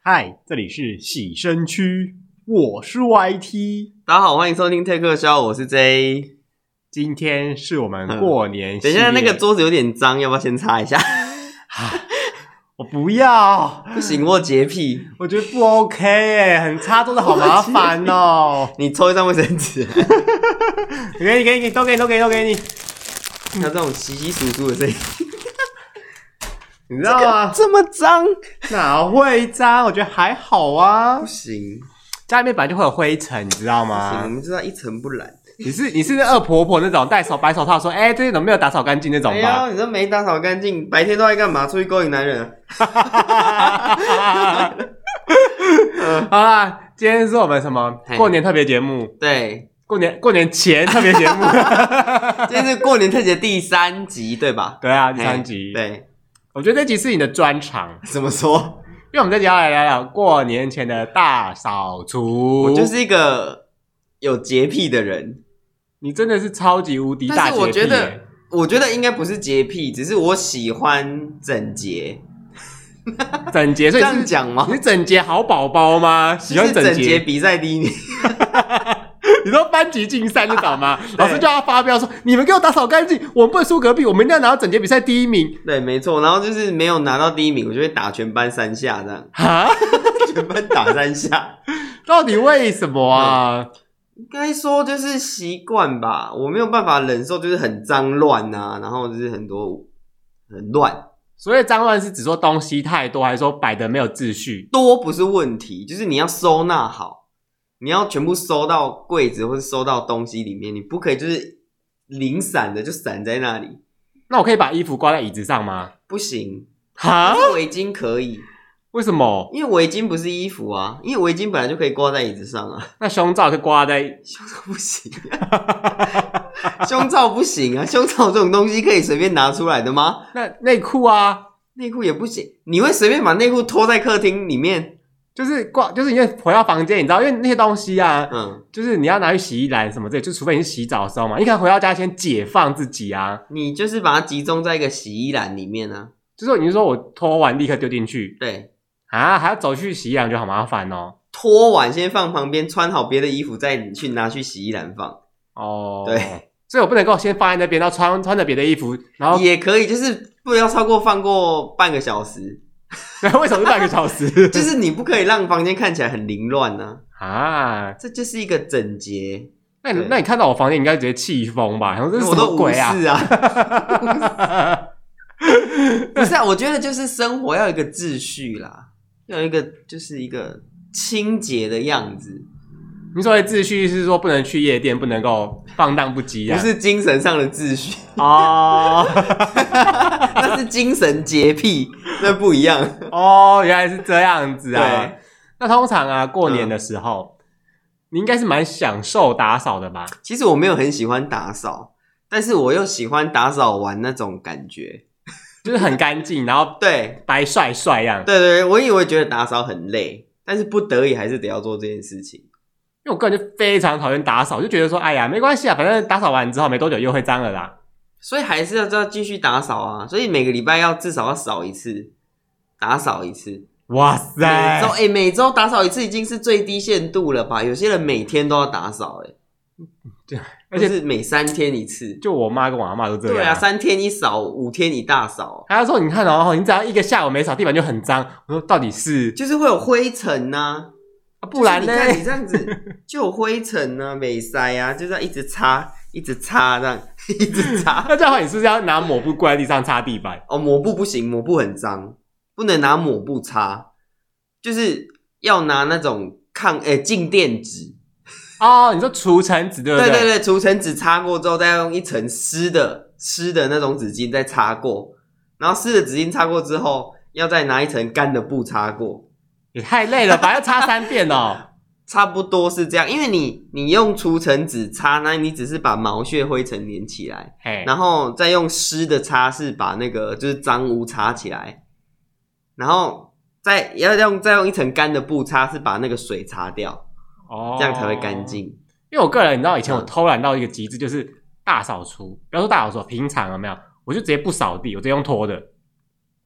嗨，这里是洗身区，我是 YT。 大家好，欢迎收听 Take show，我是 J。 今天是我们过年系列。 等一下，那个桌子有点脏，要不要先擦一下？ 我不要， 不行，我有洁癖， 我觉得不 OK 耶，很擦桌子好麻烦哦。 你抽一张卫生纸， 给你，都给你。 像这种稀稀疏疏的声音， 你知道吗？ 这么脏， 哪会脏？我觉得还好啊。 不行， 家里面本来就会有灰尘，你知道吗？ 不行，我们知道一尘不染。 你是那恶婆婆那种戴白手套说，最近怎么没有打扫干净那种吧？ 哎呀，你这没打扫干净，白天都在干嘛？出去勾引男人啊？ 好啦，今天是我们什么过年特别节目？ 对， 过年前特别节目。 今天是过年特辑第3集，对吧？ 对啊，第3集。 对， 我觉得这集是你的专长。 怎么说？ 因为我们这集要来聊聊过年前的大扫除。 我就是一个有洁癖的人。 你真的是超级無敌大洁癖。 但是我觉得应该不是洁癖，只是我喜欢整洁。 整洁，所以这样讲吗？ 你是整洁好宝宝吗？喜欢整洁比赛第1名。 你说班级竞赛那种吗？老师就要发飙说：“你们给我打扫干净，我们不能输隔壁，我们一定要拿到整洁比赛第1名。” 对，没错。然后就是没有拿到第1名，我就会打全班3下这样。 哈， 全班打3下， 到底为什么啊？ 应该说就是习惯吧，我没有办法忍受，就是很脏乱啊，然后就是很乱。 所以脏乱是指说东西太多，还是说摆的没有秩序？ 多不是问题，就是你要收纳好，你要全部收到柜子或是收到东西里面，你不可以就是零散的就散在那里。 那我可以把衣服挂在椅子上吗？ 不行， 哈， 围巾可以。 为什么？ 因为围巾不是衣服啊，因为围巾本来就可以挂在椅子上啊。 那胸罩可以挂在胸罩不行啊，胸罩不行啊，胸罩这种东西可以随便拿出来的吗？ 那内裤啊， 内裤也不行，你会随便把内裤拖在客厅里面？ 就是你回到房间，你知道，因为那些东西啊，就是你要拿去洗衣篮什么之类，就除非你是洗澡的时候嘛，你可能回到家先解放自己啊。 你就是把它集中在一个洗衣篮里面啊。 就是你是说我脱完立刻丢进去？ 对。 啊，还要走去洗衣篮就好麻烦哦。 脱完先放旁边，穿好别的衣服再去拿去洗衣篮放。 哦， 对， 所以我不能够先放在那边，然后穿着别的衣服，然后也可以，就是不要放过半个小时。 为什么是半个小时？ 就是你不可以让房间看起来很凌乱呢。 啊， 这就是一个整洁。 那你看到我房间，你应该直接气疯吧？然后这是什么鬼啊？ 我都无视啊。不是啊，我觉得就是生活要有一个秩序啦。要有一个就是一个清洁的样子。 你所谓秩序是说不能去夜店，不能够放荡不羁啊？ 不是精神上的秩序哦， 那是精神洁癖，那不一样哦。原来是这样子啊。 对， 那通常啊，过年的时候，你应该是蛮享受打扫的吧？ 其实我没有很喜欢打扫，但是我又喜欢打扫完那种感觉。 就是很干净，然后对白帅帅样。 对，我以为觉得打扫很累，但是不得已还是得要做这件事情。 因为我个人就非常讨厌打扫，就觉得说，哎呀，没关系啊，反正打扫完之后没多久又会脏了啦。 所以还是要继续打扫啊，所以每个礼拜至少要扫一次，打扫一次。 哇塞， 每周打扫一次已经是最低限度了吧？有些人每天都要打扫而且是每3天一次， 就我妈跟我阿嬷都这样。 对啊，3天一扫，5天一大扫。 他说：“你看哦，你只要一个下午没扫，地板就很脏。”我说：“到底是就是会有灰尘呐， 不然呢？ 你看你这样子就有灰尘啊，没塞啊，就是要一直擦，一直擦这样，一直擦。 那这样的话，你是不是要拿抹布挂在地上擦地板？ 哦，抹布不行，抹布很脏，不能拿抹布擦，就是要拿那种静电纸。” 哦，你说除尘纸对不对？ 对，除尘纸擦过之后，再用一层湿的那种纸巾再擦过，然后湿的纸巾擦过之后，要再拿一层干的布擦过。 也太累了吧，要擦3遍哦。 差不多是这样，因为你用除尘纸擦，那你只是把毛屑灰尘粘起来，然后再用湿的擦是把那个就是脏污擦起来，然后再用一层干的布擦是把那个水擦掉。这样才会干净。 因为我个人，你知道以前我偷懒到一个极致，就是大扫除，不要说大扫除，平常有没有，我就直接不扫地，我直接用拖的。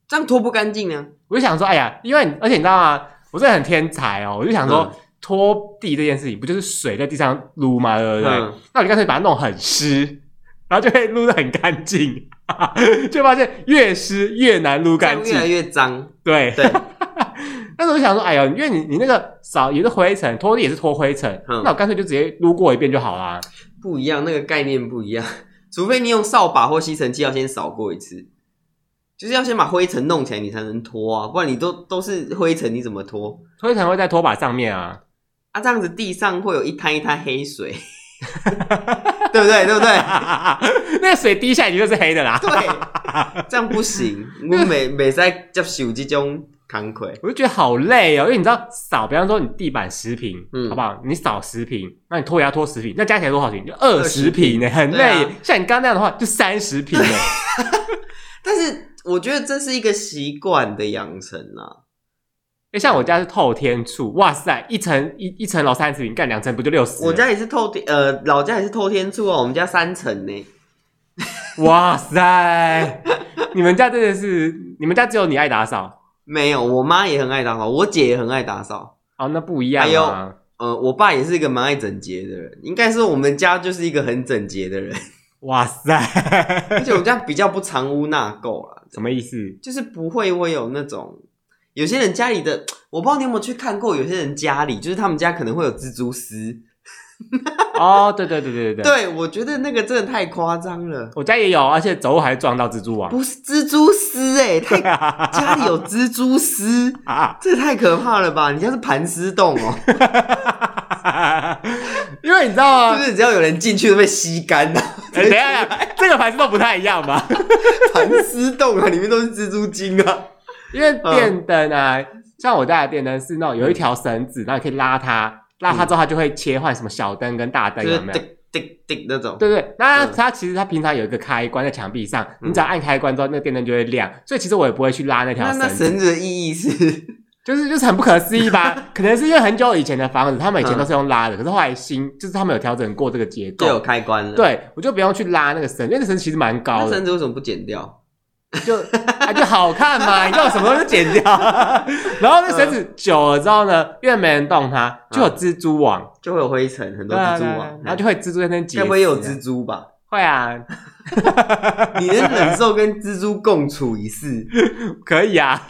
这样拖不干净呢。 我就想说，哎呀，因为而且你知道吗？我真的很天才哦，我就想说，拖地这件事情不就是水在地上撸吗？对不对？那我就干脆把它弄很湿，然后就会撸得很干净，就发现越湿越难撸干净， 越来越脏。 对。但是我就想说，哎呀，因为你那个扫也是灰尘，拖地也是拖灰尘，那我干脆就直接撸过一遍就好啦。 不一样，那个概念不一样。除非你用扫把或吸尘器要先扫过一次，就是要先把灰尘弄起来你才能拖啊，不然你都是灰尘你怎么拖？ 灰尘会在拖把上面啊。 啊，这样子地上会有一滩一滩黑水。对不对？对不对？ 那个水滴下来就是黑的啦。 对，这样不行。我们没在接受这种慷慨， 我就觉得好累哦，因为你知道扫，比方说你地板10坪，好不好？你扫10坪，那你拖也要拖10坪，那加起来多少坪？就20坪呢，很累。像你刚刚那样的话，就30坪呢。 但是我觉得这是一个习惯的养成啊。 像我家是透天厝，哇塞，一层楼30坪，干2层不就60？ 我家也是老家也是透天厝哦，我们家3层呢。 哇塞，你们家真的是，你们家只有你爱打扫？ 没有，我妈也很爱打扫，我姐也很爱打扫。 哦，那不一样啊。 还有，我爸也是一个蛮爱整洁的人，应该说我们家就是一个很整洁的人。 哇塞， 而且我们家比较不藏污纳垢啦。 什么意思？ 就是不会有那种。有些人家里的，我不知道你有没有去看过，有些人家里就是他们家可能会有蜘蛛丝。 哦，对， 对，我觉得那个真的太夸张了。 我家也有，而且走路还撞到蜘蛛网。 不是蜘蛛丝家里有蜘蛛丝这太可怕了吧？你家是盘丝洞哦。 因为你知道吗？ 就是只要有人进去都被吸干了。 等一下，这个盘丝洞不太一样吧？ 盘丝洞啊，里面都是蜘蛛精啊。 因为电灯啊，像我家的电灯是那种有一条绳子，然后你可以拉它之后它就会切换什么小灯跟大灯，有没有？ 滴那种。 对，那它其实它平常有一个开关在墙壁上，你只要按开关之后，那个电灯就会亮。所以其实我也不会去拉那条绳子。 那绳子的意义是， 就是很不可思议吧？可能是因为很久以前的房子，他们以前都是用拉的，可是后来就是他们有调整过这个结构， 就有开关了。对， 我就不用去拉那个绳，因为那绳其实蛮高的。 那绳子为什么不剪掉？ 就好看嘛，你知道什么都是剪掉。然后那绳子久了之后呢，因为没人动它，就有蜘蛛网， 就会有灰尘，很多蜘蛛网， 然后就会蜘蛛在那边结。 该不会有蜘蛛吧？ 会啊。 你能忍受跟蜘蛛共处一室？ 可以啊。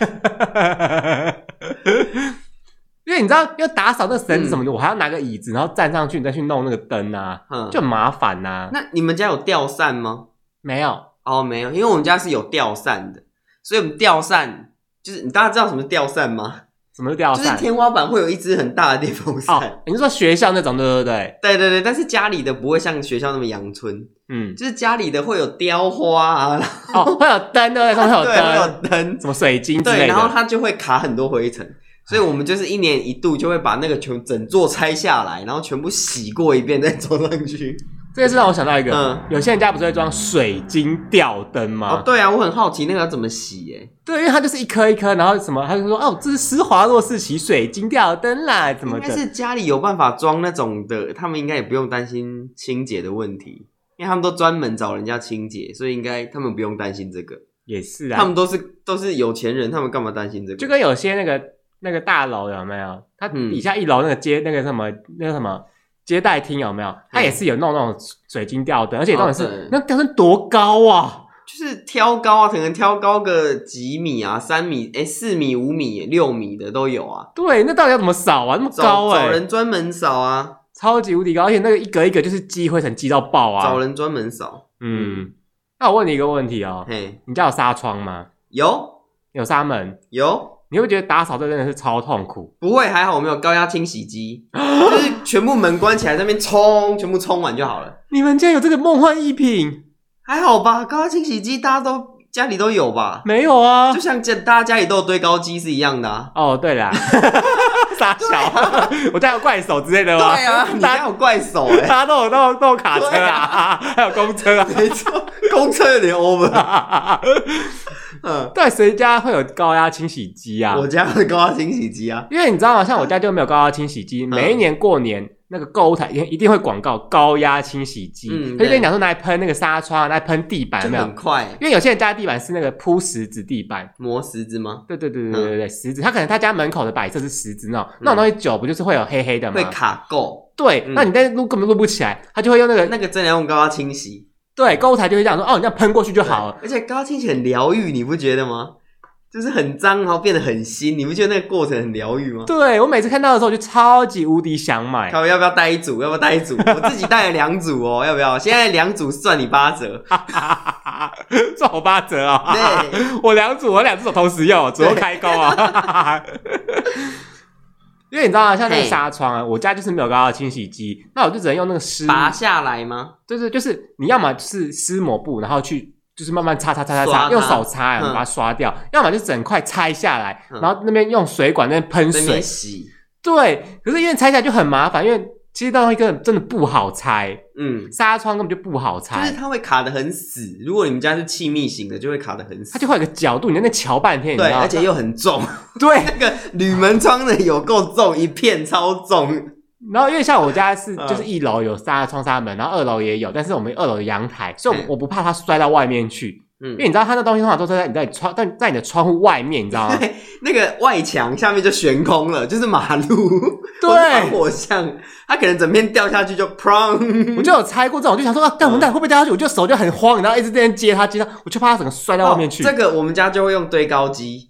因为你知道要打扫那个绳子什么的，我还要拿个椅子，然后站上去，你再去弄那个灯啊，就很麻烦啊。 那你们家有吊扇吗？ 没有。 哦，没有，因为我们家是有吊扇的，所以我们吊扇就是大家知道什么是吊扇吗？ 什么是吊扇？ 就是天花板会有一只很大的电风扇。 哦，你是说学校那种对不对？ 对，但是家里的不会像学校那么阳春，就是家里的会有雕花啊， 会有灯，对不对？上面会有灯， 什么水晶之类的， 对，然后它就会卡很多灰尘。所以我们就是1年1度就会把那个整座拆下来，然后全部洗过一遍再装上去。 这个是让我想到一个，有些人家不是会装水晶吊灯吗？ 哦，对啊，我很好奇那个要怎么洗耶？ 对，因为它就是一颗一颗，然后什么，他就说哦，这是施华洛世奇水晶吊灯啦，怎么的？ 应该是家里有办法装那种的，他们应该也不用担心清洁的问题，因为他们都专门找人家清洁，所以应该他们不用担心这个。 也是啊， 他们都是有钱人，他们干嘛担心这个？ 就跟有些那个大楼有没有？它底下1楼那个那个什么接待厅有没有？它也是有弄那种水晶吊灯，而且重点是那吊灯多高啊！ 就是挑高啊，可能挑高个几米啊，3米、4米、5米、6米的都有啊。 对，那到底要怎么扫啊？那么高找人专门扫啊， 超级无敌高，而且那个一格一格就是积灰尘积到爆啊！ 找人专门扫。 那我问你一个问题哦，你家有纱窗吗？ 有纱门？ 有。 你会不会觉得打扫这真的是超痛苦？ 不会，还好我们有高压清洗机，就是全部门关起来，那边全部冲完就好了。 你们家有这个梦幻一品？ 还好吧，高压清洗机大家家里都有吧？ 没有啊， 就像大家家里都有堆高机是一样的啊。 哦，对啦，傻小，我家有怪手之类的吗？ 对啊，你家有怪手大家都有卡车啊，还有公车啊， 没错，公车有点 over。 对，谁家会有高压清洗机啊？ 我家有高压清洗机啊， 因为你知道吗？像我家就没有高压清洗机，每一年过年那个购物台一定会广告高压清洗机，他就跟你讲说拿来喷那个纱窗，拿来喷地板，有没有？ 很快， 因为有些人家的地板是那个铺石子地板， 磨石子吗？ 对，石子，他可能他家门口的摆设是石子那种东西久不就是会有黑黑的吗？ 会卡垢。 对，那你在撸根本撸不起来，他就会用那个真的用高压清洗。 对，购物台就会这样说，哦，你这样喷过去就好了。 而且高压清洗很疗愈，你不觉得吗？就是很脏，然后变得很新，你不觉得那个过程很疗愈吗？ 对，我每次看到的时候，我就超级无敌想买。 要不要带一组？我自己带了2组哦，要不要？现在2组算你8折， 算我8折啊！ 对， 我2组，我2只手同时用，左右开钩啊！因为你知道吗？像那个纱窗啊，我家就是没有高压清洗机，那我就只能用那个湿拔下来吗？ 就是你要么就是湿抹布，然后去。就是慢慢擦，用手擦，把它刷掉。要么就整块拆下来，然后那边用水管那边喷水洗。 对，可是因为拆下来就很麻烦，因为其实那东西真的不好拆。纱窗根本就不好拆， 就是它会卡得很死。如果你们家是气密型的，就会卡得很死。 它就会有个角度，你在那瞧半天， 对，而且又很重。 对， 那个铝门窗的有够重，一片超重。 然后因为像我家是就是1楼有窗纱门，然后2楼也有，但是我们2楼有阳台，所以我不怕它摔到外面去。因为你知道它那东西通常都是在你的窗户外面，你知道吗？ 那个外墙下面就悬空了，就是马路， 对， 防火巷，它可能整片掉下去就砰。 我就有拆过这种，我就想说干我们会不会掉下去？我就手就很慌，然后一直在那边接它，我就怕它整个摔到外面去。 这个我们家就会用堆高机，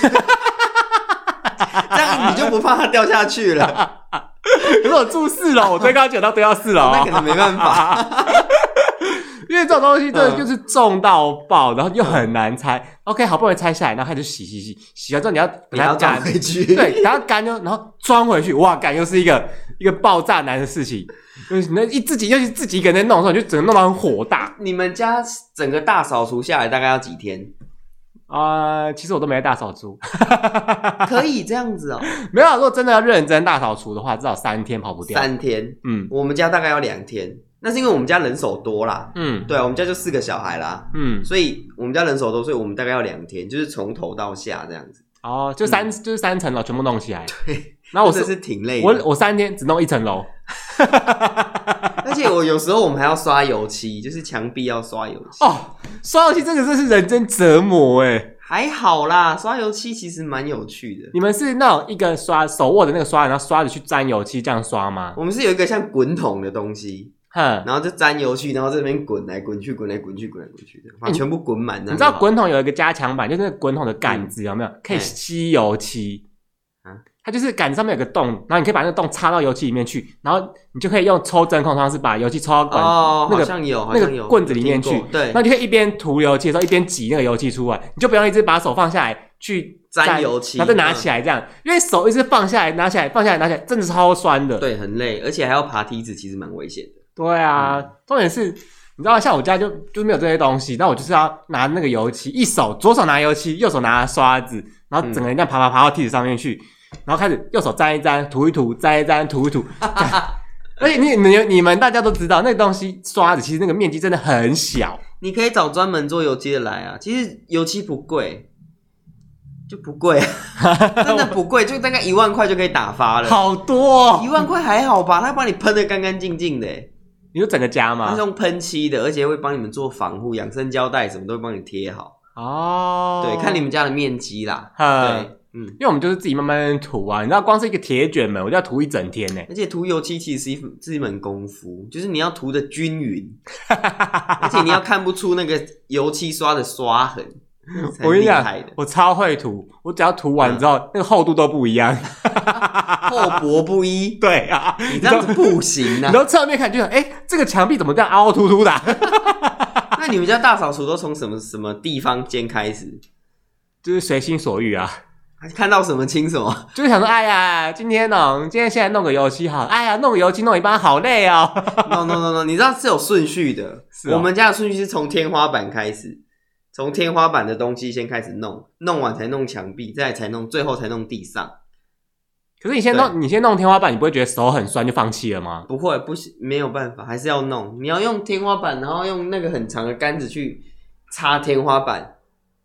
这样你就不怕它掉下去了。 可是我住4楼，我堆高机到堆到4楼， 那可能没办法。 因为这种东西真的就是重到爆，然后又很难拆。OK， 好不容易拆下来，然后开始洗完之后你要把它装回去， 对，然后干然后装回去，哇，干又是一个爆炸难的事情。那自己一个人弄的时候，你就整个弄到很火大。 你们家整个大扫除下来大概要几天？ 其实我都没在大扫除。 可以这样子哦。 没有，如果真的要认真大扫除的话，至少3天跑不掉。 3天，我们家大概要2天。那是因为我们家人手多啦，对啊，我们家就4个小孩啦，所以我们家人手多，所以我们大概要2天，就是从头到下这样子。 哦，就是3层楼全部弄起来。 对， 然后真的是挺累的。 我3天只弄1层楼。 而且有时候我们还要刷油漆，就是墙壁要刷油漆。 哦，刷油漆这个真是人间折磨欸。 还好啦，刷油漆其实蛮有趣的。 你们是那种一个手握的那个刷，然后刷着去沾油漆这样刷吗？ 我们是有一个像滚筒的东西，然后就沾油漆，然后这边滚来滚去的，把全部滚满。 你知道滚筒有一个加强版，就是那个滚筒的杆子有没有可以吸油漆？它就是杆子上面有个洞，然后你可以把那个洞插到油漆里面去，然后你就可以用抽真空的方式把油漆抽到那个棍子里面去。 对， 那你就可以一边涂油漆的时候一边挤那个油漆出来，你就不用一直把手放下来去沾油漆， 然后再拿起来这样，因为手一直放下来拿起来，真的超酸的。 对，很累，而且还要爬梯子，其实蛮危险的。 对啊，重点是你知道像我家就没有这些东西，那我就是要拿那个油漆，左手拿油漆，右手拿刷子，然后整个人这样爬到梯子上面去。然后开始右手沾一沾，涂一涂，沾一沾，涂一涂。而且你们大家都知道，那个东西刷子其实那个面积真的很小。 你可以找专门做油漆的来啊。其实油漆不贵，就不贵啊，真的不贵，就大概1万块就可以打发了。 好多哦 ，1万块还好吧？他帮你喷得干干净净的。 你说整个家吗？ 他是用喷漆的，而且会帮你们做防护，养生胶带什么都会帮你贴好。哦，对，看你们家的面积啦。对。 因为我们就是自己慢慢涂啊，你知道光是一个铁卷门我就要涂一整天呢。 而且涂油漆其实是一门功夫，就是你要涂的均匀，而且你要看不出那个油漆刷的刷痕。 我跟你讲，我超会涂，我只要涂完之后，那个厚度都不一样， 厚薄不一。 对啊， 你这样子不行啊！ 你从侧面看就想，这个墙壁怎么这样凹凹凸凸的？ 那你们家大扫除都从什么地方间开始？ 就是随心所欲啊。 看到什么清什么， 就是想说，哎呀，今天现在弄个油漆好，哎呀，弄个油漆弄一半好累哦。 No， 你知道是有顺序的。我们家的顺序是从天花板开始，从天花板的东西先开始弄完才弄墙壁，再来才弄，最后才弄地上。 可是你先弄天花板，你不会觉得手很酸就放弃了吗？ 不会，没有办法，还是要弄。你要用天花板，然后用那个很长的杆子去擦天花板。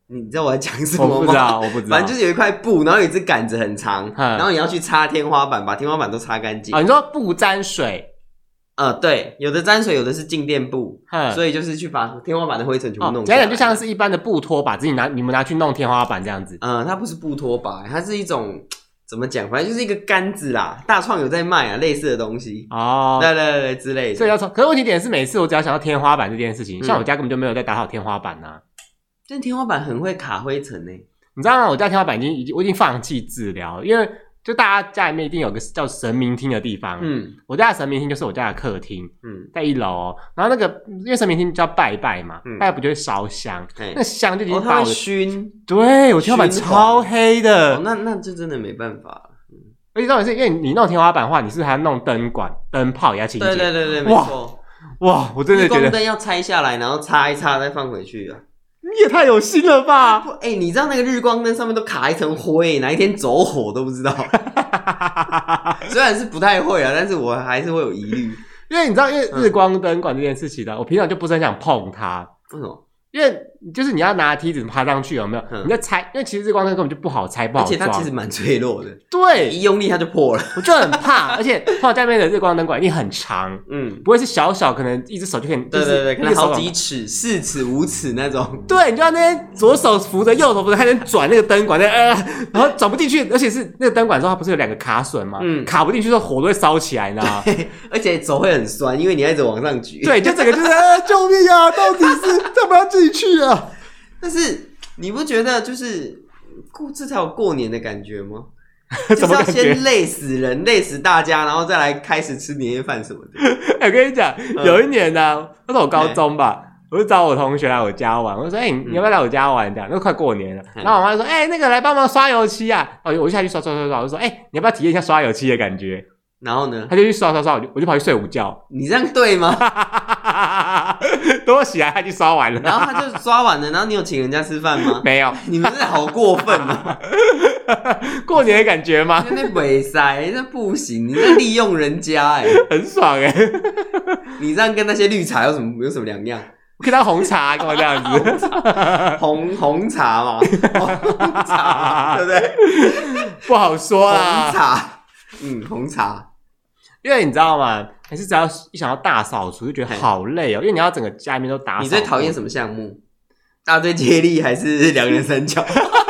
你知道我在讲什么吗？ 我不知道。 反正就是有一块布，然后有一只杆子很长，然后你要去擦天花板，把天花板都擦干净。 你说布沾水？ 对，有的沾水，有的是静电布，所以就是去把天花板的灰尘全部弄下来。 讲就像是一般的布拖把，你们拿去弄天花板这样子。 它不是布拖把，它是一种怎么讲？反正就是一个杆子啦。大创有在卖啊，类似的东西对之类的。 所以可是问题点是，每次我只要想到天花板这件事情，像我家根本就没有在打扫天花板啊。 但天花板很会卡灰尘欸。 你知道吗？我家天花板我已经放弃治疗，因为就大家家里面一定有个叫神明厅的地方。我家的神明厅就是我家的客厅，在1楼然后那个因为神明厅叫拜拜嘛，拜拜不就会烧香，那香就已经把我的熏。 对，我天花板超黑的。 那就真的没办法了。 而且重点是因为你弄天花板的话，你是不是还要弄灯管、灯泡也要清洁？ 对，没错。 哇，我真的觉得日光灯要拆下来，然后擦一擦再放回去啊。 你也太有心了吧！ 你知道那个日光灯上面都卡一层灰，哪一天走火都不知道。虽然是不太会啊，但是我还是会有疑虑。 因为你知道，因为日光灯管这件事情的，我平常就不是很想碰它。 为什么？ 因为就是你要拿梯子爬上去，有没有？你在拆，因为其实日光灯根本就不好拆，不好装， 而且它其实蛮脆弱的。 对， 一用力它就破了。 我就很怕，而且放在家里面的日光灯管一定很长，不会是小小，可能一只手就可以， 对，可能好几尺、4尺、5尺那种。 对，你就要那边左手扶着，右手扶着，还能转那个灯管，然后转不进去，而且是那个灯管之后它不是有2个卡榫吗？卡不进去的时候火都会烧起来，你知道吗？ 而且手会很酸，因为你要一直往上举。 对，就整个就是救命啊！到底是怎么要进去啊？ 但是你不觉得就是这才有过年的感觉吗？ 就是要先累死人，累死大家，然后再来开始吃年夜饭什么的。 我跟你讲，有一年呢，那是我高中吧，我就找我同学来我家玩，我就说：“你要不要来我家玩？”这样，那快过年了。然后我妈就说：“那个来帮忙刷油漆啊！”我就下去刷，我就说：“你要不要体验一下刷油漆的感觉？” 然后呢， 他就去刷，我就跑去睡午觉。 你这样对吗？ 等我起来，他已经刷完了。 然后他就刷完了，然后你有请人家吃饭吗？ 没有。 你们真的好过分啊！ 过年的感觉吗？ 那尾塞，那不行，你在利用人家很爽你这样跟那些绿茶有什么两样？ 可以当红茶，跟我这样子。 红茶嘛，红茶，对不对？ 不好说啦。 红茶。红茶， 因为你知道吗？还是只要一想到大扫除就觉得好累哦，因为你要整个家里面都打扫。 你最讨厌什么项目？大队接力还是2人三角？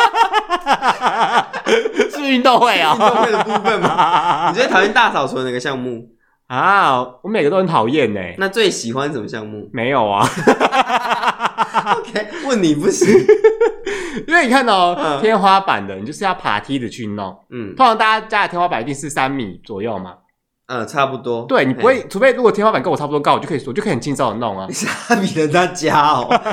是运动会啊， 运动会的部分吗？你最讨厌大扫除的哪个项目啊？我每个都很讨厌呢。 那最喜欢什么项目？ 没有啊。 OK， 问你不行。 因为你看天花板的，你就是要爬梯子去弄。通常大家家的天花板一定是3米左右嘛。 差不多。 对，你不会，除非如果天花板跟我差不多高，我就可可以很轻松的弄啊。 3米的他家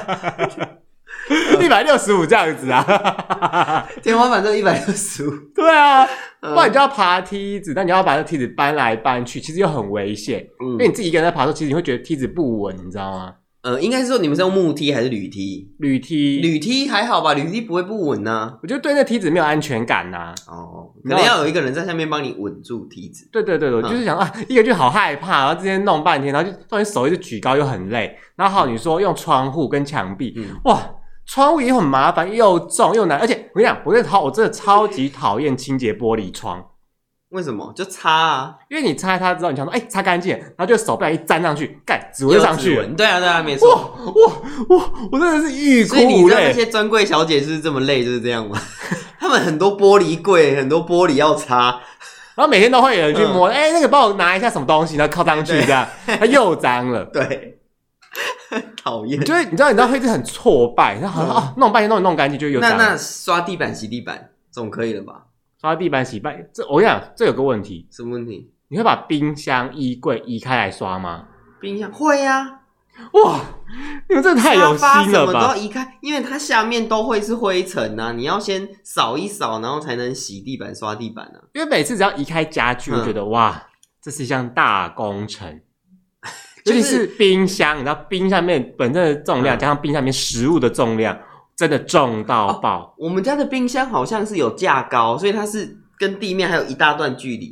165这样子啊。 天花板都165。 对啊，不然你就要爬梯子，但你要把那梯子搬来搬去，其实又很危险。因为你自己一个人在爬的时候，其实你会觉得梯子不稳，你知道吗？ 应该是说你们是用木梯还是铝梯？ 铝梯还好吧，铝梯不会不稳啊。 我觉得对那梯子没有安全感啊。 可能要有一个人在下面帮你稳住梯子。对， 我就是想一个就好害怕，然后之前弄半天，然后就突然手一直举高又很累。然后你说用窗户跟墙壁，哇，窗户也很麻烦，又重又难，而且我跟你讲，我真的超级讨厌清洁玻璃窗。 为什么？就擦啊！ 因为你擦它之后，你想说，擦干净，然后就手不小心沾上去，指纹上去了。 对啊，没错。 我真的是欲哭无泪。 所以你知道那些专柜小姐是这么累，就是这样吗？他们很多玻璃柜，很多玻璃要擦， 然后每天都会有人去摸，那个帮我拿一下什么东西，然后靠上去这样，它又脏了。 对，讨厌。 你知道会一直很挫败，然后弄半天弄干净就又脏了。 那刷地板、洗地板总可以了吧？ 刷地板、洗地板，我跟你讲，这有个问题。 什么问题？ 你会把冰箱、衣柜移开来刷吗？ 冰箱会啊。 哇，你们真的太有心了吧！ 什么都要移开，因为它下面都会是灰尘啊，你要先扫一扫，然后才能洗地板、刷地板啊。 因为每次只要移开家具，我觉得哇，这是一项大工程。尤其是冰箱，你知道冰箱面本身的重量，加上冰箱里面食物的重量。真的重到爆！ 我们家的冰箱好像是有架高，所以它是跟地面还有一大段距离。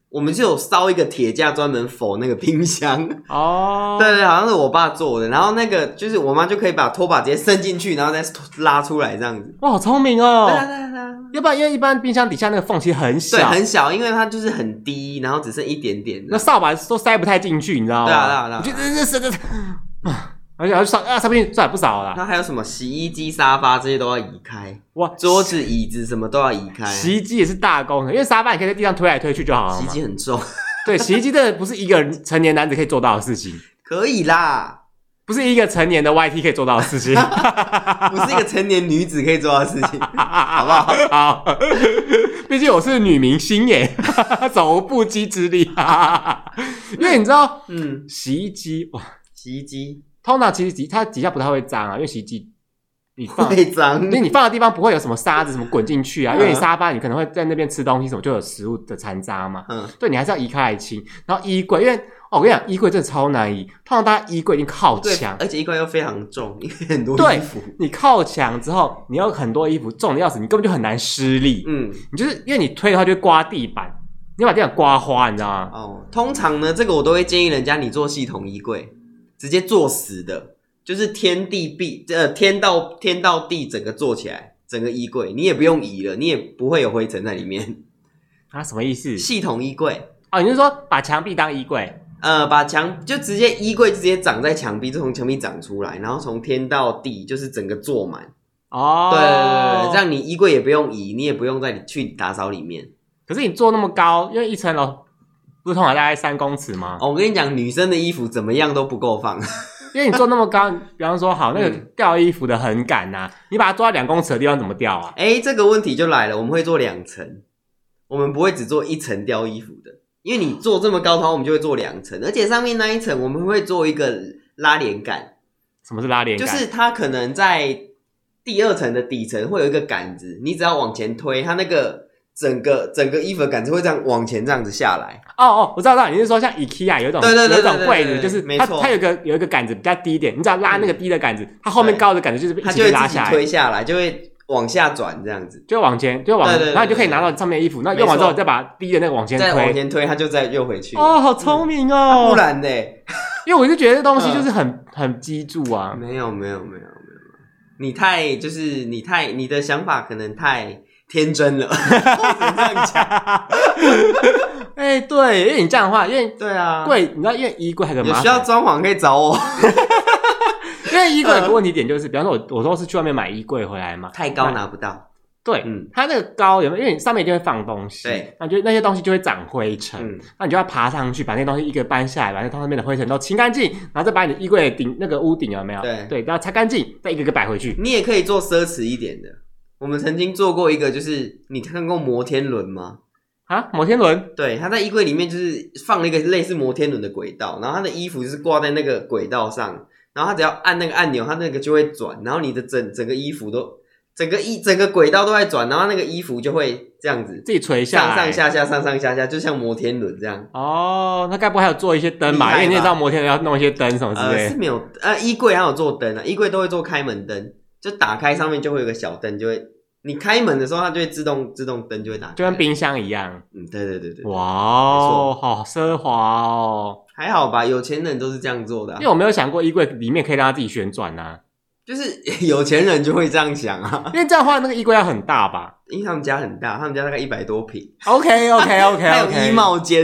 我们就有烧一个铁架专门否那个冰箱哦， 对对，好像是我爸做的，然后那个就是我妈就可以把拖把直接伸进去，然后再拉出来这样子。 哇，好聪明哦！ 对啊对啊对啊， 要不然因为一般冰箱底下那个缝其实很小， 对，很小，因为它就是很低，然后只剩一点点， 那扫把都塞不太进去，你知道吗？ 对啊对啊对啊， 我觉得这而且扫不进去，算了不少了。 它还有什么洗衣机、沙发这些都要移开，哇，桌子、椅子什么都要移开。 洗衣机也是大工程，因为沙发你可以在地上推来推去就好了嘛。 洗衣机很重， 对，洗衣机真的不是一个成年男子可以做到的事情。 可以啦， 不是一个成年的 YT 可以做到的事情， 不是一个成年女子可以做到的事情，好不好？ 好，毕竟我是女明星耶，手无缚鸡之力。因为你知道，洗衣机哇， 洗衣机。 通常其实它底下不太会脏啊，因为洗衣机你放会脏，因为你放的地方不会有什么沙子什么滚进去啊，因为你沙发你可能会在那边吃东西什么就有食物的残渣嘛，对，你还是要移开来清。然后衣柜，因为我跟你讲，衣柜真的超难移，通常大家衣柜一定靠墙， 而且衣柜又非常重，因为很多衣服。 你靠墙之后，你有很多衣服重的要死，你根本就很难施力。你就是因为你推的话就会刮地板，你把地板刮花，你知道吗？ 哦，通常呢，这个我都会建议人家你做系统衣柜。直接做死的，就是天到地整个做起来，整个衣柜你也不用移了，你也不会有灰尘在里面。 啊，什么意思？ 系统衣柜哦，你是说把墙壁当衣柜？ 把墙就直接衣柜直接长在墙壁，就从墙壁长出来，然后从天到地就是整个坐满。哦，对，这样你衣柜也不用移，你也不用再去打扫里面。 可是你做那么高，因为一层楼。不是通常大概3公尺吗？ 我跟你讲，女生的衣服怎么样都不够放， 因为你做那么高，比方说好那个吊衣服的横杆啊，你把它做到2公尺的地方怎么吊啊？ 这个问题就来了，我们会做2层，我们不会只做1层吊衣服的，因为你做这么高的话，我们就会做2层，而且上面那一层我们会做一个拉连杆。 什么是拉连杆？ 就是它可能在第2层的底层会有一个杆子，你只要往前推，它那个。整个衣服的杆子会这样往前这样子下来。我知道，你是说像 IKEA 有一种柜子，就是它有一个杆子比较低一点，你只要拉那个低的杆子，它后面高的杆子就是它就会自己推下来，就会往下转这样子， 就往前，然后你就可以拿到上面的衣服，那用完之后再把低的那个往前推， 再往前推，它就再又回去。 好聪明哦！ 不然呢？ 因为我就觉得这东西就是很基柱啊。 没有，你的想法可能太。天真了，这样讲。 对，因为你这样的话，因为对啊， 柜，你知道，因为衣柜还有个麻烦， 有需要装潢可以找我。 因为衣柜有个问题点就是，比方说我都是去外面买衣柜回来嘛， 太高拿不到。 对，它那个高有没有？因为你上面一定会放东西， 对， 那些东西就会长灰尘，那你就要爬上去把那些东西一个搬下来，把那上面的灰尘都清干净，然后再把你的衣柜的那个屋顶有没有？对，然后擦干净，再一个个摆回去。 你也可以做奢侈一点的。我们曾经做过一个，就是你看过摩天轮吗？ 摩天轮？对， 他在衣柜里面就是放了一个类似摩天轮的轨道，然后他的衣服就是挂在那个轨道上，然后他只要按那个按钮，他那个就会转，然后你的整个衣服都整个轨道都在转，然后那个衣服就会这样子自己垂下来， 上上下下，就像摩天轮这样。 那该不会还有做一些灯吧？因为你也知道摩天轮要弄一些灯什么之类的。 是没有，衣柜还有做灯啊，衣柜都会做开门灯。就打开上面就会有个小灯，就会你开门的时候它就会自动灯就会打开， 就跟冰箱一样。 对。 哇哦，好奢华哦！ 还好吧，有钱人都是这样做的。 因为我没有想过衣柜里面可以让它自己旋转啊， 就是有钱人就会这样想啊。 因为这样的话，那个衣柜要很大吧？ 因为他们家很大，他们家大概100多坪。 OK， 还有衣帽间。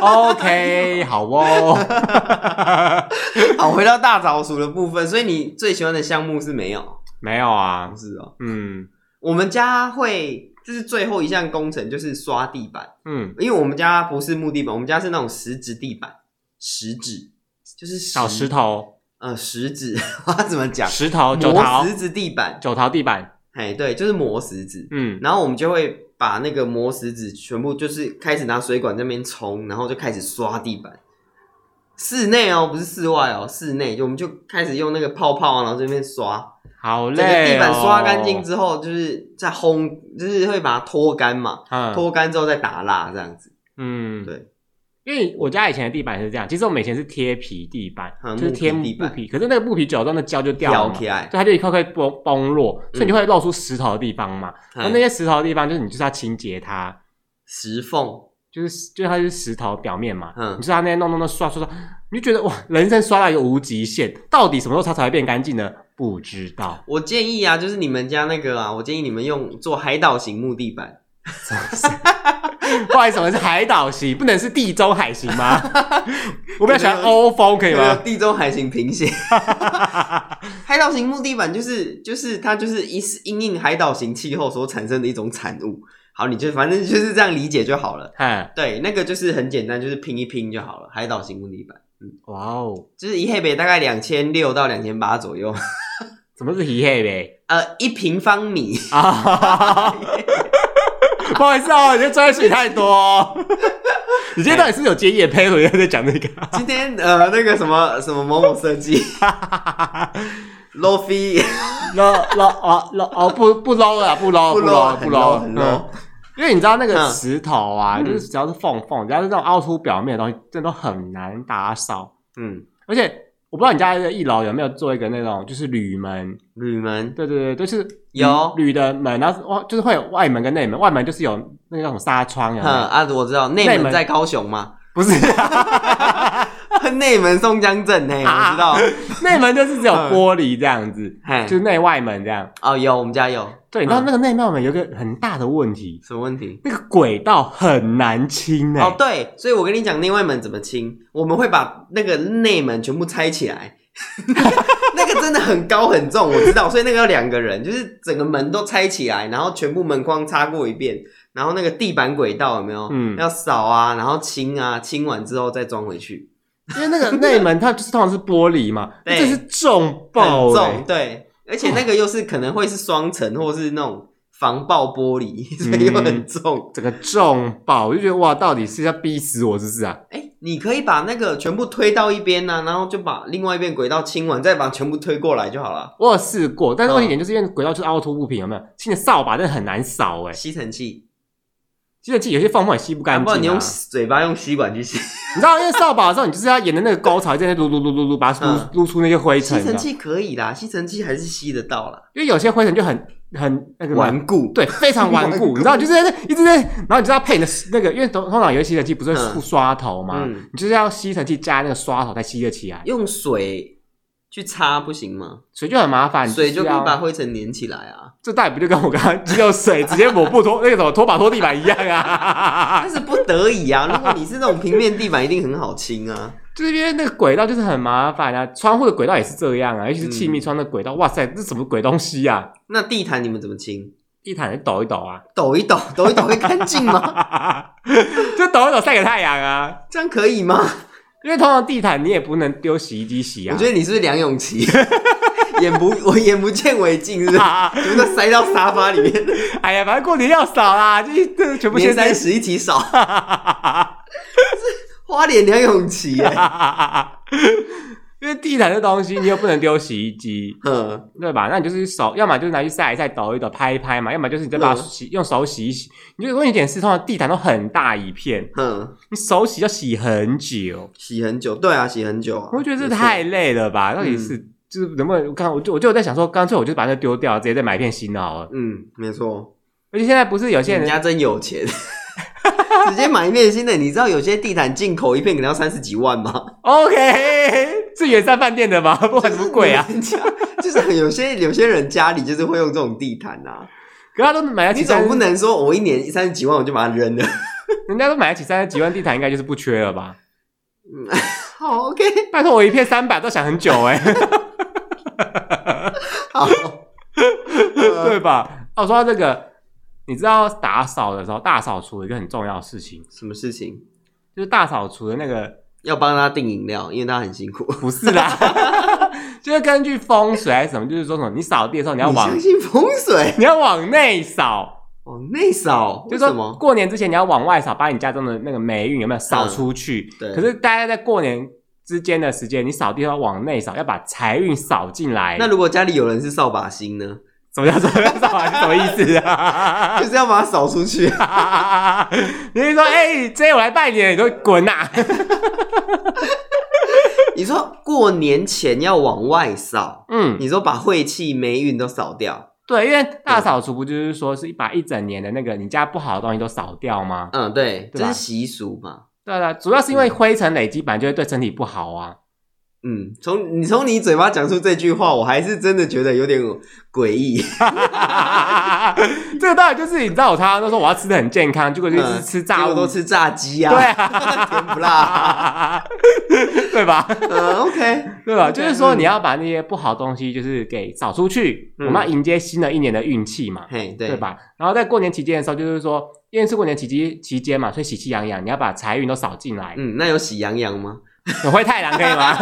OK， 好哦。 好，回到大早熟的部分，所以你最喜欢的项目是没有？ 没有啊， 不是哦。我们家会就是最后一项工程就是刷地板。因为我们家不是木地板，我们家是那种石质地板，石质就是小石头。 石质，我要怎么讲？ 石头，九桃， 磨石子地板， 九桃地板。 对，就是磨石子。然后我们就会把那个磨石子全部就是开始拿水管在那边冲，然后就开始刷地板。室内哦，不是室外哦，室内我们就开始用那个泡泡啊，然后这边刷。 好累哦。 整个地板刷干净之后，就是再烘，就是会把它拖干嘛。拖干之后再打蜡这样子。对。 因为我家以前的地板是这样，其实我们以前是贴皮地板，就是贴木皮，可是那个木皮久了之后，那胶就掉了嘛，对，它就一块块崩落，所以你就会露出石头的地方嘛。那些石头的地方，就是你就是要清洁它， 石缝。 就是它是石头表面嘛，你就它那些弄刷，你就觉得哇，人生刷到一个无极限，到底什么时候擦才会变干净呢？不知道。 我建议啊，就是你们家那个啊，我建议你们做海岛型木地板。 不好意思，我是海岛型，不能是地中海型吗？我比较喜欢欧风，可以吗？ 地中海型平斜。海岛型木地板就是它就是因应海岛型气候所产生的一种产物。好，你就反正就是这样理解就好了。对，那个就是很简单，就是拼一拼就好了。海岛型木地板， 哇哦， 就是一黑北大概2600到2800左右。 什么是一黑北 ？1平方米啊。不好意思哦，你这专业术语太多。你今天到底是有接业配合在讲那个？ 今天那个什么某某设计，low fee， 不 low 了，不 low， 很 low。 因为你知道那个石头啊，就是只要是缝，只要是那种凹凸表面的东西，真的都很难打扫。而且我不知道你家的1楼有没有做一个那种就是铝门，对，就是有铝的门，然后就是会有外门跟内门，外门就是有那种纱窗我知道内门在高雄吗？ 不是。 内门松江镇我知道。 内门就是只有玻璃这样子，就是内外门这样。 有，我们家有。 对，然后那个内外门有一个很大的问题。 什么问题？ 那个轨道很难清对，所以我跟你讲内外门怎么清，我们会把那个内门全部拆起来。那个真的很高很重，我知道，所以那个要2个人，就是整个门都拆起来，然后全部门框擦过一遍，然后那个地板轨道有没有？要扫啊，然后清啊，清完之后再装回去。 因为那个内门它就是通常是玻璃嘛，这是重爆很重，对，而且那个又是可能会是双层或是那种防爆玻璃，所以又很重， 整个重爆，我就觉得哇，到底是要逼死我是不是啊？ 你可以把那个全部推到一边啊，然后就把另外一边轨道清完，再把全部推过来就好了。 我有试过，但是问题点就是因为轨道就是凹凸不平，有没有？清的扫把真的很难扫吸尘器有些缝也吸不干净， 不然你用嘴巴用吸管去吸。 你知道，因为扫把的时候，你就是要沿着那个沟槽，在那撸，把它撸出那些灰尘。 吸尘器可以啦，吸尘器还是吸得到啦。 因为有些灰尘就很那个顽固， 对，非常顽固。你知道，就是一直在，然后你就要配你的那个，因为通常有些吸尘器不是会刷头吗？你就是要吸尘器加那个刷头才吸得起来。 用水去擦不行吗？ 水就很麻烦， 水就可以把灰尘粘起来啊。 这到底不就跟我刚刚只有水直接抹布拖那个什么拖把拖地板一样啊？ 但是不得已啊，如果你是那种平面地板，一定很好清啊。 就是因为那个轨道就是很麻烦啊，窗户的轨道也是这样啊，尤其是气密窗的轨道，哇塞，这什么鬼东西啊？ 那地毯你们怎么清？ 地毯抖一抖啊， 抖一抖会干净吗？ 就抖一抖晒个太阳啊， 这样可以吗？ 因为通常地毯你也不能丢洗衣机洗啊。 我觉得你是不是梁咏琪？我眼不见为净，是不是？全部都塞到沙发里面。 哎呀，反正过年要扫啦，就是全部年30一起扫。花脸梁咏琪耶。 因为地毯这东西你又不能丢洗衣机，对吧？那你就是手，要么就是拿去晒一晒、抖一抖、拍一拍嘛，要么就是你再把它用手洗一洗。你就问题点是，通常地毯都很大一片，你手洗要洗很久， 对啊，洗很久啊。 我觉得这太累了吧？到底是就是能不能？我就在想说，干脆我就把那丢掉，直接再买一片新的好了。 没错。 而且现在不是有些人家真有钱。直接买一片新的，你知道有些地毯进口一片可能要30几万吗 ？OK， 是圆山饭店的吗？不管什么贵啊， 就是有些人家里就是会用这种地毯啊。 可他都买得起， 你总不能说我一年30几万我就把它扔了。 人家都买得起30几万地毯，应该就是不缺了吧？ 好 OK， 拜托我一片300都想很久好， 对吧？说到这个。你知道打扫的时候，大扫除有一个很重要的事情。 什么事情？ 就是大扫除的那个要帮他订饮料，因为他很辛苦。 不是啦，就是根据风水还是什么，就是说什么你扫地的时候你要往， 你相信风水？ 你要往内扫， 往内扫， 就是说过年之前你要往外扫，把你家中的那个霉运有没有扫出去？ 对。 可是大家在过年之间的时间，你扫地要往内扫，要把财运扫进来。 那如果家里有人是扫把星呢？ 什么叫扫把是什么意思啊？ 就是要把它扫出去。 你会说，今天我来拜年，你就滚啊！ 你说过年前要往外扫，你说把晦气霉运都扫掉。 对，因为大扫除不就是说是把一整年的那个你家不好的东西都扫掉吗？ 对，这是习俗嘛。 对啊，主要是因为灰尘累积本来就会对身体不好啊。 从你嘴巴讲出这句话，我还是真的觉得有点诡异。 这个当然就是你知道，我常常都说我要吃的很健康，结果就是吃炸物， 结果都吃炸鸡啊， 对啊， 甜不辣， 对吧 ？OK， 对吧？就是说你要把那些不好的东西就是给扫出去，我们要迎接新的一年的运气嘛，对吧？然后在过年期间的时候，就是说因为是过年期间嘛，所以喜气洋洋，你要把财运都扫进来。 那有喜洋洋吗？ 有灰太狼可以吗？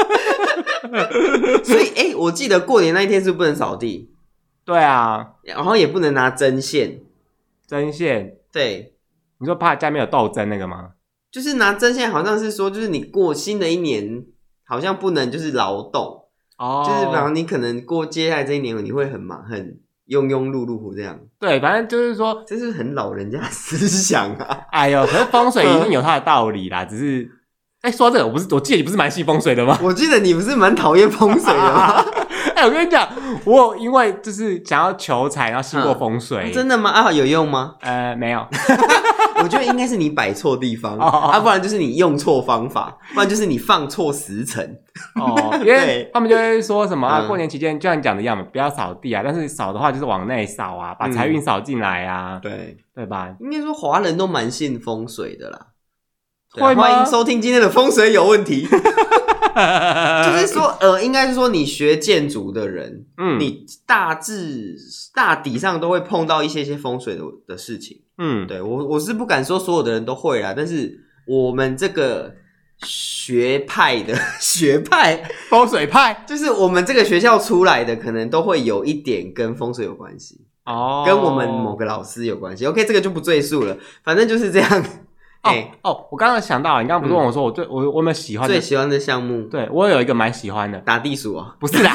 所以我记得过年那一天是不能扫地。 对啊， 然后也不能拿针线。 对，你说怕家里面有斗争那个吗？ 就是拿针线，好像是说，就是你过新的一年，好像不能就是劳动就是比方你可能过接下来这一年，你会很忙，很庸庸碌碌这样。 对，反正就是说， 这是很老人家的思想啊。 哎呦，可是风水一定有它的道理啦，只是。说到这个，我记得你不是蛮信风水的吗？ 我记得你不是蛮讨厌风水的吗？ 我跟你讲，我因为就是想要求财，然后信过风水。 真的吗？有用吗？ 没有。 我觉得应该是你摆错地方不然就是你用错方法，不然就是你放错时辰。 因为他们就会说什么过年期间就像你讲的一样嘛，不要扫地啊，但是扫的话就是往内扫啊，把财运扫进来啊，对吧？ 应该说华人都蛮信风水的啦。 会吗？ 欢迎收听今天的风水有问题。就是说应该是说你学建筑的人，你大抵上都会碰到一些风水的事情。对，我是不敢说所有的人都会啦，但是我们这个学派风水派， 就是我们这个学校出来的，可能都会有一点跟风水有关系跟我们某个老师有关系。OK， 这个就不赘述了，反正就是这样。 我刚刚想到，你刚刚不是问我说我有没有喜欢的最喜欢的项目？ 对，我有一个蛮喜欢的， 打地鼠啊， 不是啦，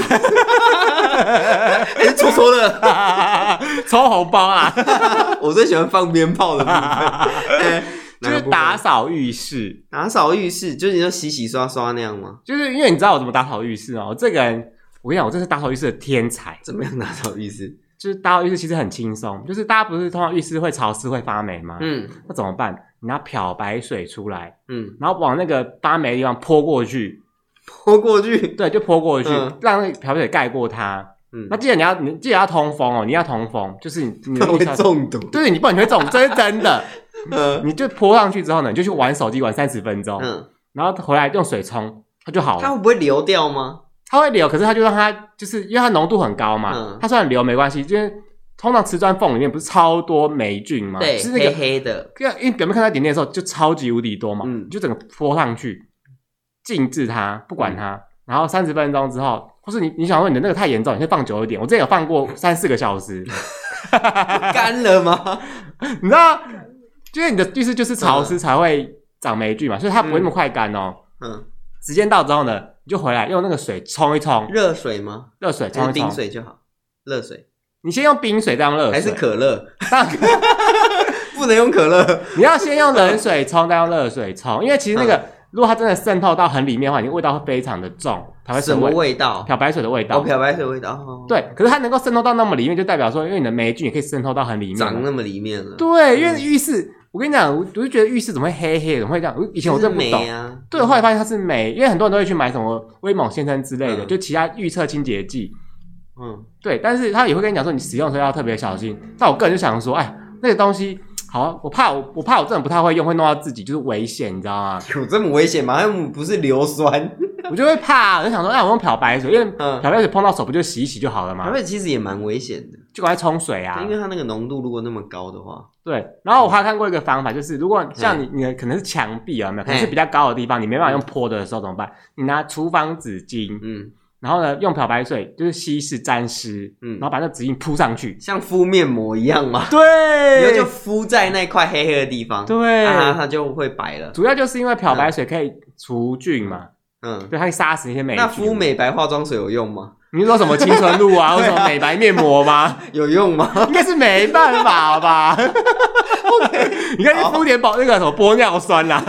错了， 抽红包啊！ 我最喜欢放鞭炮的部分， 就是打扫浴室。打扫浴室就是你说洗洗刷刷那样吗？ 就是因为你知道我怎么打扫浴室哦，我这个人，我跟你讲，我真是打扫浴室的天才。 怎么样打扫浴室？ 就是打扫浴室其实很轻松，就是大家不是通常浴室会潮湿会发霉吗？那怎么办？你拿漂白水出来，然后往那个发霉的地方泼过去，对，就泼过去，让那个漂白水盖过它。那记得你记得要通风哦，你要通风，就是你会中毒， 对，你不然你会中毒，这是真的。你就泼上去之后呢，你就去玩手机玩30分钟，然后回来用水冲，它就好了。 它会不会流掉吗？ 它会流，可是它就让它就是因为它浓度很高嘛，它虽然流没关系，因为通常瓷砖缝里面不是超多霉菌吗？ 对， 是那个黑黑的， 因为表面看到一点点的时候就超级无敌多嘛，你就整个泼上去，静置它，不管它，然后30分钟之后，或是你想说你的那个太严重，你可以放久一点。我之前有放过3-4个小时， 干了吗？ 你知道，因为你的浴室就是潮湿才会长霉菌嘛，所以它不会那么快干哦。时间到之后呢，你就回来用那个水冲一冲。热水吗？ 热水冲一冲， 冰水就好。热水， 你先用冰水再用热水， 还是可乐？不能用可乐， 你要先用冷水冲，再用热水冲，因为其实那个。如果它真的渗透到很里面的话，你味道会非常的重。 什么味道？ 漂白水的味道。 漂白水的味道。 对，可是它能够渗透到那么里面，就代表说，因为你的霉菌也可以渗透到很里面， 长那么里面了。 对，因为浴室，我跟你讲，我就觉得浴室怎么会黑黑的，怎么会这样？以前我真的不懂。对，后来发现它是霉，因为很多人都会去买什么威猛先生之类的，就其他预测清洁剂。对，但是他也会跟你讲说，你使用的时候要特别小心。但我个人就想说，哎，那个东西。好，我怕我真的不太会用，会弄到自己，就是危险，你知道吗？ 有这么危险吗？不是硫酸， 我就会怕，我就想说，我用漂白水，因为漂白水碰到手不就洗一洗就好了嘛。 漂白水其实也蛮危险的， 就赶快冲水啊， 因为它那个浓度如果那么高的话。 对，然后我还看过一个方法，就是如果像你的可能是墙壁啊，可能是比较高的地方，你没办法用泼的时候怎么办？你拿厨房纸巾，然后呢，用漂白水就是稀释沾湿，然后把那纸巾铺上去， 像敷面膜一样吗？ 对， 然后就敷在那块黑黑的地方， 对， 它就会白了。 主要就是因为漂白水可以除菌嘛，对，它可以杀死那些霉菌。 那敷美白化妆水有用吗？ 你是说什么青春露啊，或什么美白面膜吗？ 有用吗？ 应该是没办法吧。OK， 你可以敷点那个什么玻尿酸啦。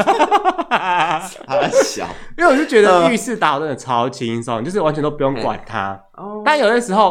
小， 因为我就觉得浴室打扫真的超轻松，就是完全都不用管它。但有的时候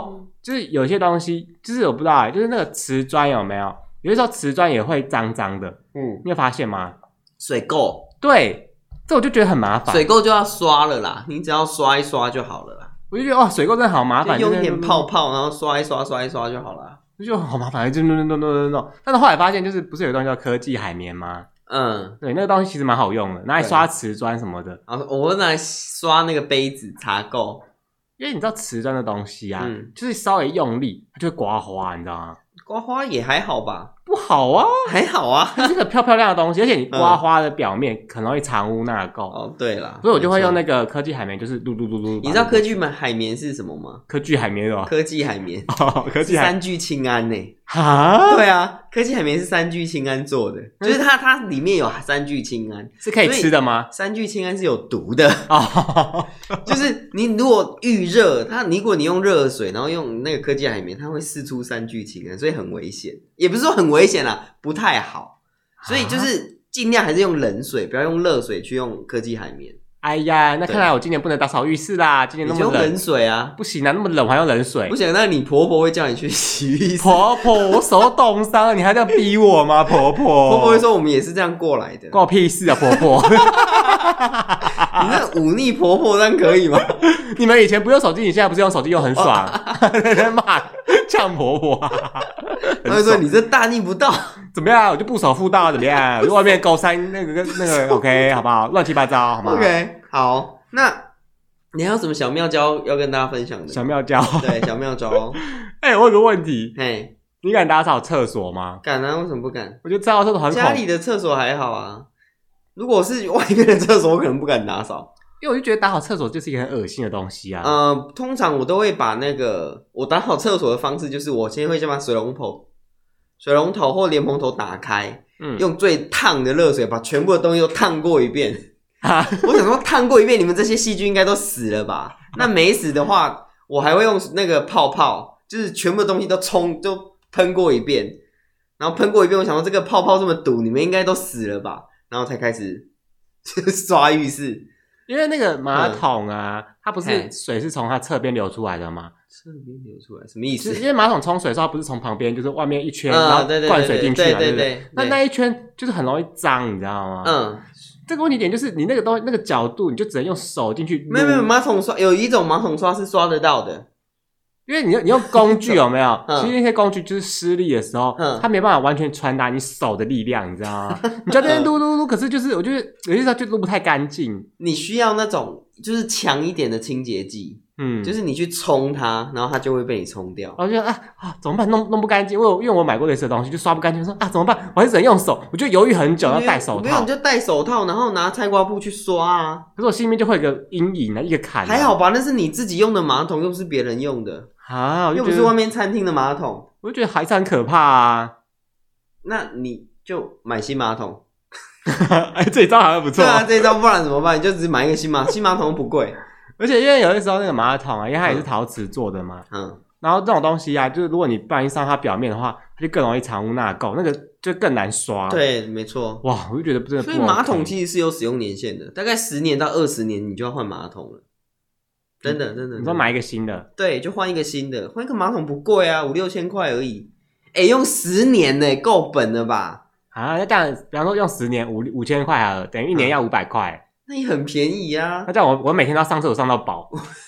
就是有些东西，就是我不知道就是那个瓷砖有没有？有些时候瓷砖也会脏脏的，你有发现吗？ 水垢， 对，这我就觉得很麻烦。 水垢就要刷了啦，你只要刷一刷就好了啦。 我就觉得水垢真的好麻烦， 用一点泡泡，然后刷一刷就好了。 就好麻烦，就弄。但是后来发现，就是不是有东西叫科技海绵吗？对，那个东西其实蛮好用的，拿来刷瓷砖什么的。 我会拿来刷那个杯子擦垢， 因为你知道瓷砖的东西啊，就是稍微用力，它就会刮花，你知道吗？ 刮花也还好吧？ 不好啊， 还好啊， 它是个漂亮的东西，而且你刮花的表面很容易藏污纳垢。 哦，对啦， 所以我就会用那个科技海绵，就是撸。 你知道科技海绵是什么吗？ 科技海绵哦， 科技海绵科技 3聚氰胺呢。 哈， 对啊，科技海绵是3聚氰胺做的，就是它里面有3聚氰胺， 是可以吃的吗 ？3聚氰胺是有毒的就是你如果预热如果你用热水，然后用那个科技海绵，它会释出3聚氰胺，所以很危险。也不是说很危险啦，不太好，所以就是尽量还是用冷水，不要用热水去用科技海绵。 哎呀，那看来我今年不能打扫浴室啦！今年那么冷， 你就用冷水啊， 不行啊，那么冷还用冷水。 不行，那你婆婆会叫你去洗浴室。 婆婆，我手都冻伤了，你还这样逼我吗？婆婆会说我们也是这样过来的。 关我屁事啊，婆婆！ 你那忤逆婆婆这样可以吗？ 你们以前不用手机，你现在不是用手机用很爽？在骂呛婆婆， 他会说你这大逆不道。 怎么样？我就不守妇道，怎么样？我就外面勾三那个 OK 好不好？乱七八糟好吗 ？OK 好，那你还有什么小妙招要跟大家分享的？ 小妙招， 对，小妙招。 我有个问题， 你敢打扫厕所吗？ 敢啊，为什么不敢？ 我觉得打扫厕所很家里的厕所还好啊，如果是外面的厕所，我可能不敢打扫。 因为我就觉得打扫厕所就是一个很恶心的东西啊。 通常我都会把我打扫厕所的方式就是我先会先把水龙头或莲蓬头打开，用最烫的热水把全部的东西都烫过一遍。我想说烫过一遍，你们这些细菌应该都死了吧？那没死的话，我还会用那个泡泡，就是全部的东西都喷过一遍，然后喷过一遍，我想说这个泡泡这么堵，你们应该都死了吧？然后才开始刷浴室。 因为那个马桶啊，它不是水是从它侧边流出来的吗？ 侧边流出来什么意思？ 因为马桶冲水的时候，它不是从旁边，就是外面一圈，然后灌水进去嘛，对不对？那一圈就是很容易脏，你知道吗？这个问题点就是你那个东西那个角度，你就只能用手进去。 没有马桶刷有一种马桶刷是刷得到的。 因为你用工具有没有？其实那些工具就是施力的时候，它没办法完全传达你手的力量，你知道吗？你在这边撸，可是就是我觉得有些时候就撸不太干净。 你需要那种就是强一点的清洁剂，就是你去冲它，然后它就会被你冲掉。 我就觉得怎么办？弄不干净。因为我买过类似的东西，就刷不干净，说怎么办？我还是只能用手。我就犹豫很久，要戴手套。 没有，你就戴手套，然后拿菜瓜布去刷啊。 可是我心里面就会有一个阴影啊，一个坎。 还好吧，那是你自己用的马桶，又不是别人用的。又不是外面餐厅的马桶， 我就觉得还是很可怕啊。 那你就买新马桶。 这一招好像不错。 对啊，这一招不然怎么办？你就只买一个新马桶不贵。 而且因为有的时候那个马桶啊，因为它也是陶瓷做的嘛，然后这种东西啊，就是如果你不小心上它表面的话，它就更容易藏污纳垢，那个就更难刷。 对，没错。 哇，我就觉得真的不 OK。 所以马桶其实是有使用年限的，大概10年到20年你就要换马桶了。真的。 你说买一个新的？ 对，就换一个新的，换一个马桶不贵啊，5-6千块而已。用10年呢，够本了吧？ 那这样，比方说用10年5千块好了，等于1年要500块。 那也很便宜啊。 那这样我每天都要上厕所上到饱。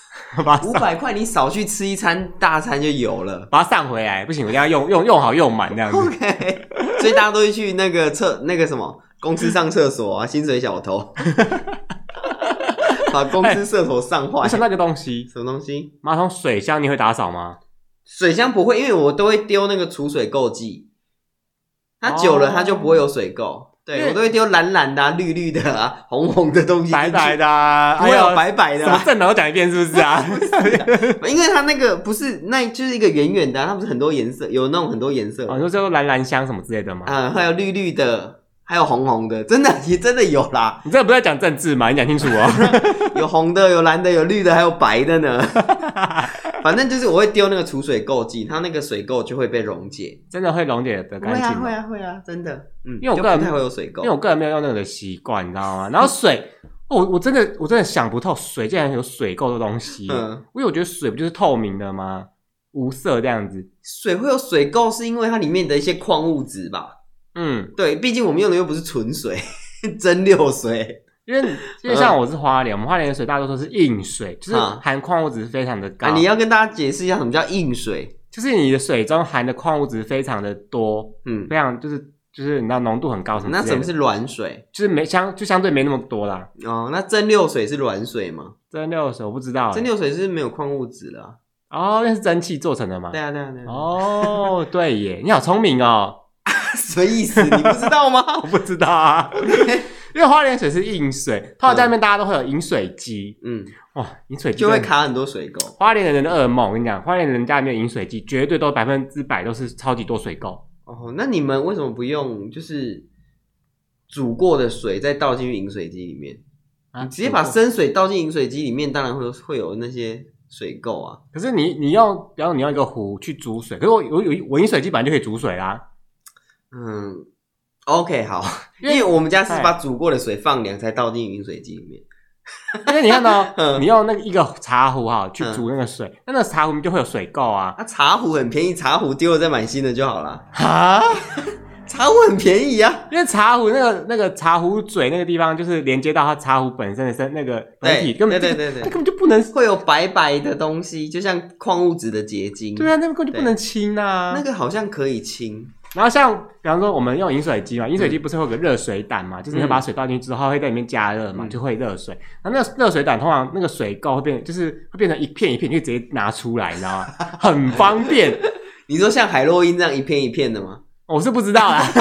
500块你少去吃一餐大餐就有了。 把它上回来，不行，我一定要用好用满这样子。 OK， 所以大家都会去那个什么公司上厕所啊，薪水小偷。把公司厕所上坏。 我想那个东西， 什么东西？ 马桶水箱你会打扫吗？ 水箱不会，因为我都会丢那个除水垢剂，它久了它就不会有水垢。对，我都会丢蓝蓝的啊、绿绿的啊、红红的东西， 白白的啊， 不会有白白的。 什么正脑讲一遍是不是啊？ 因为它那个不是，那就是一个圆圆的啊，它不是很多颜色，有那种很多颜色。 你说叫蓝蓝香什么之类的吗？ 还有绿绿的。还有红红的，真的有啦。 你这个不是在讲政治吗？你讲清楚哦。 有红的，有蓝的，有绿的，还有白的呢。反正就是我会丢那个除水垢剂，它那个水垢就会被溶解。 真的会溶解的干净吗？ 会啊，真的。 因为我个人不太会有水垢， 因为我个人没有用那个的习惯，你知道吗？然后水，我真的想不透，水竟然有水垢的东西。因为我觉得水不就是透明的吗？ 无色这样子。 水会有水垢是因为它里面的一些矿物质吧？对，毕竟我们用的又不是纯水，蒸馏水。 因为像我是花莲，我们花莲的水大多数是硬水，就是含矿物质非常的高。 你要跟大家解释一下什么叫硬水， 就是你的水中含的矿物质非常的多，非常就是你知道浓度很高什么之类的。 那什么是软水？ 就是相对没那么多啦。 那蒸馏水是软水吗？ 蒸馏水我不知道。 蒸馏水是没有矿物质的啊。那是蒸汽做成的吗？ 对啊。 哦，对耶，你好聪明哦。 什么意思？你不知道吗？ 我不知道啊。因为花莲水是硬水，通常在那边大家都会有饮水机。哇，饮水机就会卡很多水垢。 花莲人的噩梦，我跟你讲，花莲人家里面的饮水机绝对都100%都是超级多水垢。 那你们为什么不用就是煮过的水再倒进去饮水机里面？你直接把生水倒进饮水机里面，当然会有那些水垢啊。 可是你用，比方说你用一个壶去煮水，可是我饮水机本来就可以煮水啦。 OK 好，因为我们家是把煮过的水放凉才倒进饮水机里面。 因为你看到你用那个一个茶壶去煮那个水，那个茶壶就会有水垢啊。 茶壶很便宜，茶壶丢了再买新的就好了。茶壶很便宜啊， 因为茶壶那个茶壶嘴那个地方就是连接到它茶壶本身的那个本体，根本对，它根本就不能会有白白的东西，就像矿物质的结晶。 对啊，那个根本就不能清啊。 那个好像可以清。 然后像比方说我们用饮水机嘛，饮水机不是会有个热水胆嘛，就是你会把水倒进去之后会在里面加热嘛，就会热水。然后那个热水胆通常那个水垢会变成一片一片，你就直接拿出来，你知道吗？很方便。 你说像海洛因这样一片一片的吗？ 我是不知道啦。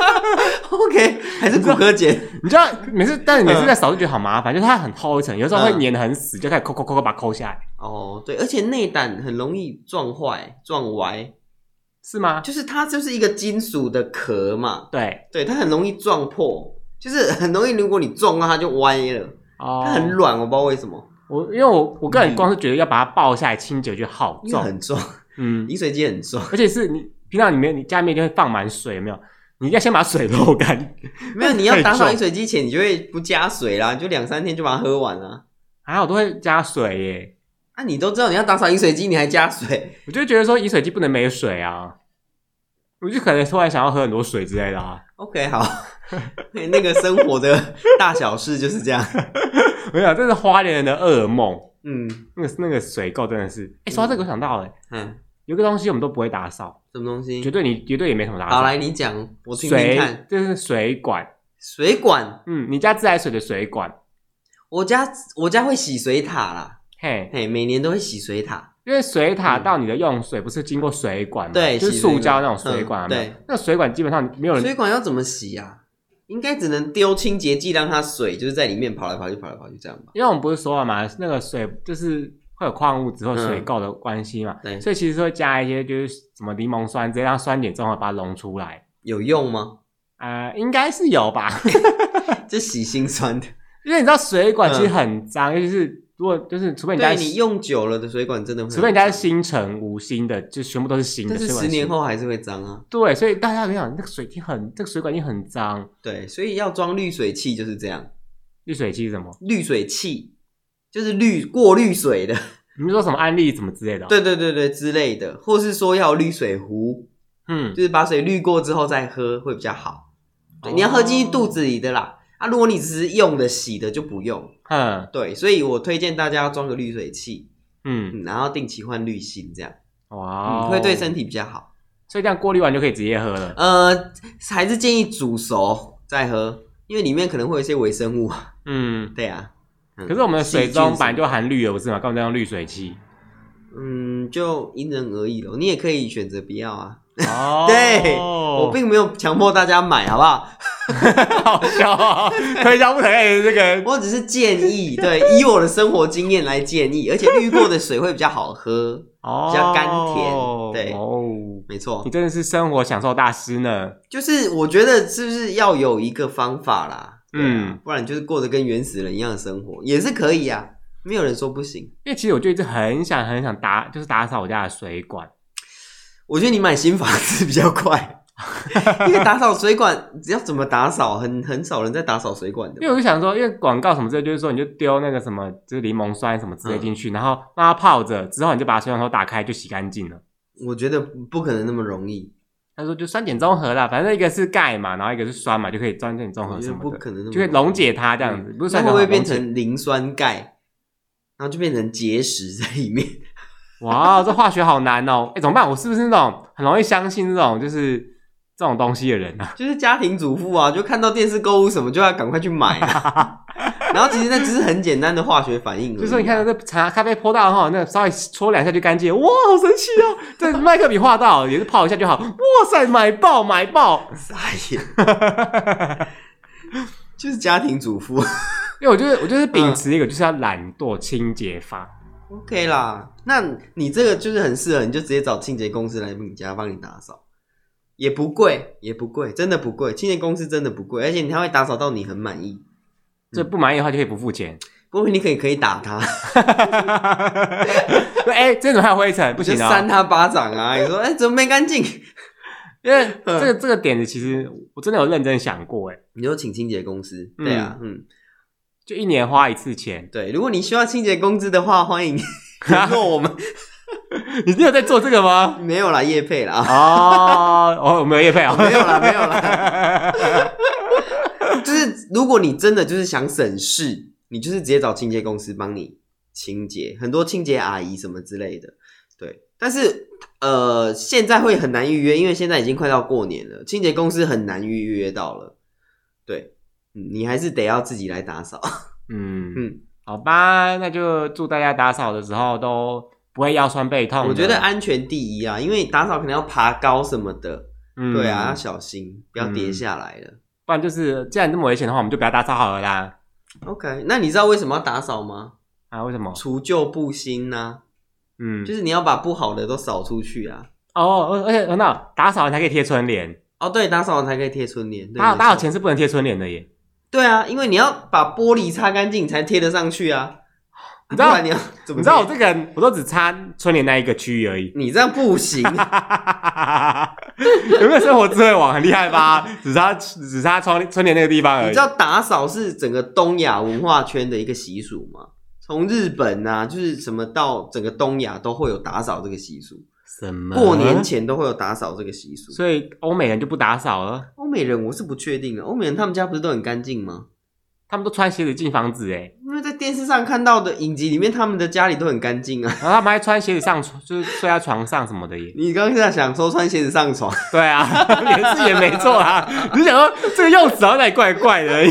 OK， 还是骨科碱。 你知道但是每次在扫就觉得好麻烦，就是它很厚一层，有时候会粘得很死，就开始抠把它抠下来。 对，而且内胆很容易撞坏、撞歪。 是吗？ 就是它就是一个金属的壳嘛， 对， 它很容易撞破，就是很容易，如果你撞到它就歪了。它很软，我不知道为什么。 因为我个人光是觉得要把它抱下来清洁就好重， 很重。饮水机很重， 而且是你平常你家里面一定会放满水，有没有？你要先把水漏干。 没有，你要打扫饮水机前，你就会不加水啦，就2-3天就把它喝完了。 我都会加水耶。 你都知道你要打扫饮水机，你还加水？ 我就觉得说饮水机不能没水啊，我就可能突然想要喝很多水之类的啊。 OK， 好，那个生活的大小事就是这样。 没有，这是花莲人的噩梦。那个水垢真的是，说到这个我想到了，有个东西我们都不会打扫。 什么东西？ 绝对也没什么打扫。 好，来你讲，我听听看。 这是水管。 水管？ 你家自来水的水管。 我家会洗水塔啦。每年都会洗水塔， 因为水塔到你的用水不是经过水管吗？ 对， 就是塑胶那种水管。对，那水管基本上没有人。 水管要怎么洗啊？应该只能丢清洁剂，让它水就是在里面跑来跑去这样吧。 因为我们不是说了嘛，那个水就是会有矿物质或水垢的关系嘛，所以其实会加一些就是什么柠檬酸，直接让酸碱中和把它溶出来。 有用吗？ 应该是有吧。 这洗心酸的， 因为你知道水管其实很脏，尤其是如果就是除非你家你用久了的水管真的会， 除非你家是新城无新的，就全部都是新的。 但是10年后还是会脏啊。 对，所以大家跟你讲，这个水管已经很脏。 对，所以要装滤水器就是这样。 滤水器是什么？ 滤水器就是过滤水的。 你们说什么安利什么之类的？ 对之类的，或是说要滤水壶，就是把水滤过之后再喝会比较好。对，你要喝进去肚子里的啦。如果你只是用的洗的就不用。对，所以我推荐大家要装个滤水器，然后定期换滤芯，这样会对身体比较好。 所以这样过滤完就可以直接喝了。 还是建议煮熟再喝，因为里面可能会有一些微生物。对啊。 可是我们的水中本来就含氯了，不是吗？干嘛要用滤水器？ 就因人而异了。你也可以选择不要啊。对，我并没有强迫大家买，好不好？ 好笑啊！推销不可以这个， 我只是建议，对，以我的生活经验来建议，而且滤过的水会比较好喝，比较甘甜，对，没错， 你真的是生活享受大师呢。 就是我觉得是不是要有一个方法啦，不然就是过得跟原始人一样的生活也是可以啊，没有人说不行。 因为其实我就一直很想打扫我家的水管。 我觉得你买新房子比较快。 因为打扫水管要怎么打扫，很少人在打扫水管的。 因为我就想说，因为广告什么之类，就是说你就丢那个什么，就是柠檬酸什么之类进去，然后让它泡着，之后你就把水龙头打开就洗干净了。 我觉得不可能那么容易。 他说就酸碱中和啦，反正一个是钙嘛，然后一个是酸嘛，就可以酸碱中和什么的， 不可能那么就可以溶解它这样子。不是酸碱会不会变成磷酸钙，然后就变成结石在里面？ 哇，这化学好难哦！怎么办？我是不是那种很容易相信这种就是这种东西的人啊？ 就是家庭主妇啊，就看到电视购物什么就要赶快去买啊。然后其实那只是很简单的化学反应而已， 就是你看这茶咖啡泼到哈，那稍微搓2下就干净，哇，好神奇哦！这麦克笔画到也是泡一下就好，哇塞，买爆！ 傻眼，就是家庭主妇。 因为我就是秉持一个就是要懒惰清洁法。 OK 啦，那你这个就是很适合，你就直接找清洁公司来你家帮你打扫，也不贵，真的不贵，清洁公司真的不贵，而且他会打扫到你很满意。 这不满意的话就可以不付钱， 不过你可以打他。 这怎么还有灰尘？不行啊， 就扇他巴掌啊！你说怎么没干净？ 因为这个点子其实我真的有认真想过你就请清洁公司，对啊， 就1年花1次钱。 对，如果你需要清洁工资的话，欢迎联络我们。 你有在做这个吗？ 没有啦，业配啦。 我没有业配啊， 没有啦。就是如果你真的就是想省事，你就是直接找清洁公司帮你清洁，很多清洁阿姨什么之类的。对，但是现在会很难预约，因为现在已经快到过年了，清洁公司很难预约到了。对，你还是得要自己来打扫。 好吧，那就祝大家打扫的时候都不会腰酸背痛的。 我觉得安全第一啊，因为打扫可能要爬高什么的，对啊，要小心，不要跌下来了。 不然就是既然这么危险的话，我们就不要打扫好了啦。 OK， 那你知道为什么要打扫吗？ 为什么？ 除旧布新啊。就是你要把不好的都扫出去啊。 而且那打扫完才可以贴春联。 对，打扫完才可以贴春联。 打扫前是不能贴春联的耶。 对啊，因为你要把玻璃擦干净才贴得上去啊。 你知道你要怎么？ 你知道我这个人，我都只擦春联那一个区域而已。 你这样不行。 有没有生活智慧网很厉害吧？只擦春联那个地方而已。 你知道打扫是整个东亚文化圈的一个习俗吗？从日本啊，就是什么到整个东亚都会有打扫这个习俗。 什么？ 过年前都会有打扫这个习俗。 所以欧美人就不打扫了？ 欧美人我是不确定的。欧美人他们家不是都很干净吗？ 他们都穿鞋子进房子耶。 因为在电视上看到的影集里面，他们的家里都很干净啊。 然后他们还穿鞋子上床，就是睡在床上什么的耶。 你刚刚在想说穿鞋子上床？ 对啊，也没错啊。你是想说这个用词好像有点怪怪的。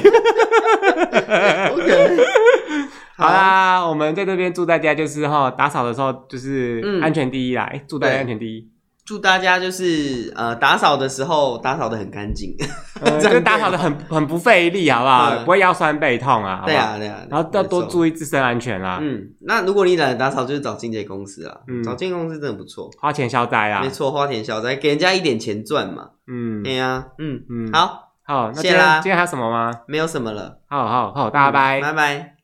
OK。 好啦，我们在这边祝大家就是打扫的时候就是安全第一啦。祝大家安全第一。祝大家就是打扫的时候打扫的很干净，就打扫的很不费力，好不好？不会腰酸背痛啊。对啊，对啊。然后要多注意自身安全啦。那如果你懒得打扫，就是找清洁公司啦。找清洁公司真的不错，花钱消灾啊。没错，花钱消灾，给人家一点钱赚嘛。对啊。好，那谢啦。今天还有什么吗？没有什么了。好，大家拜拜。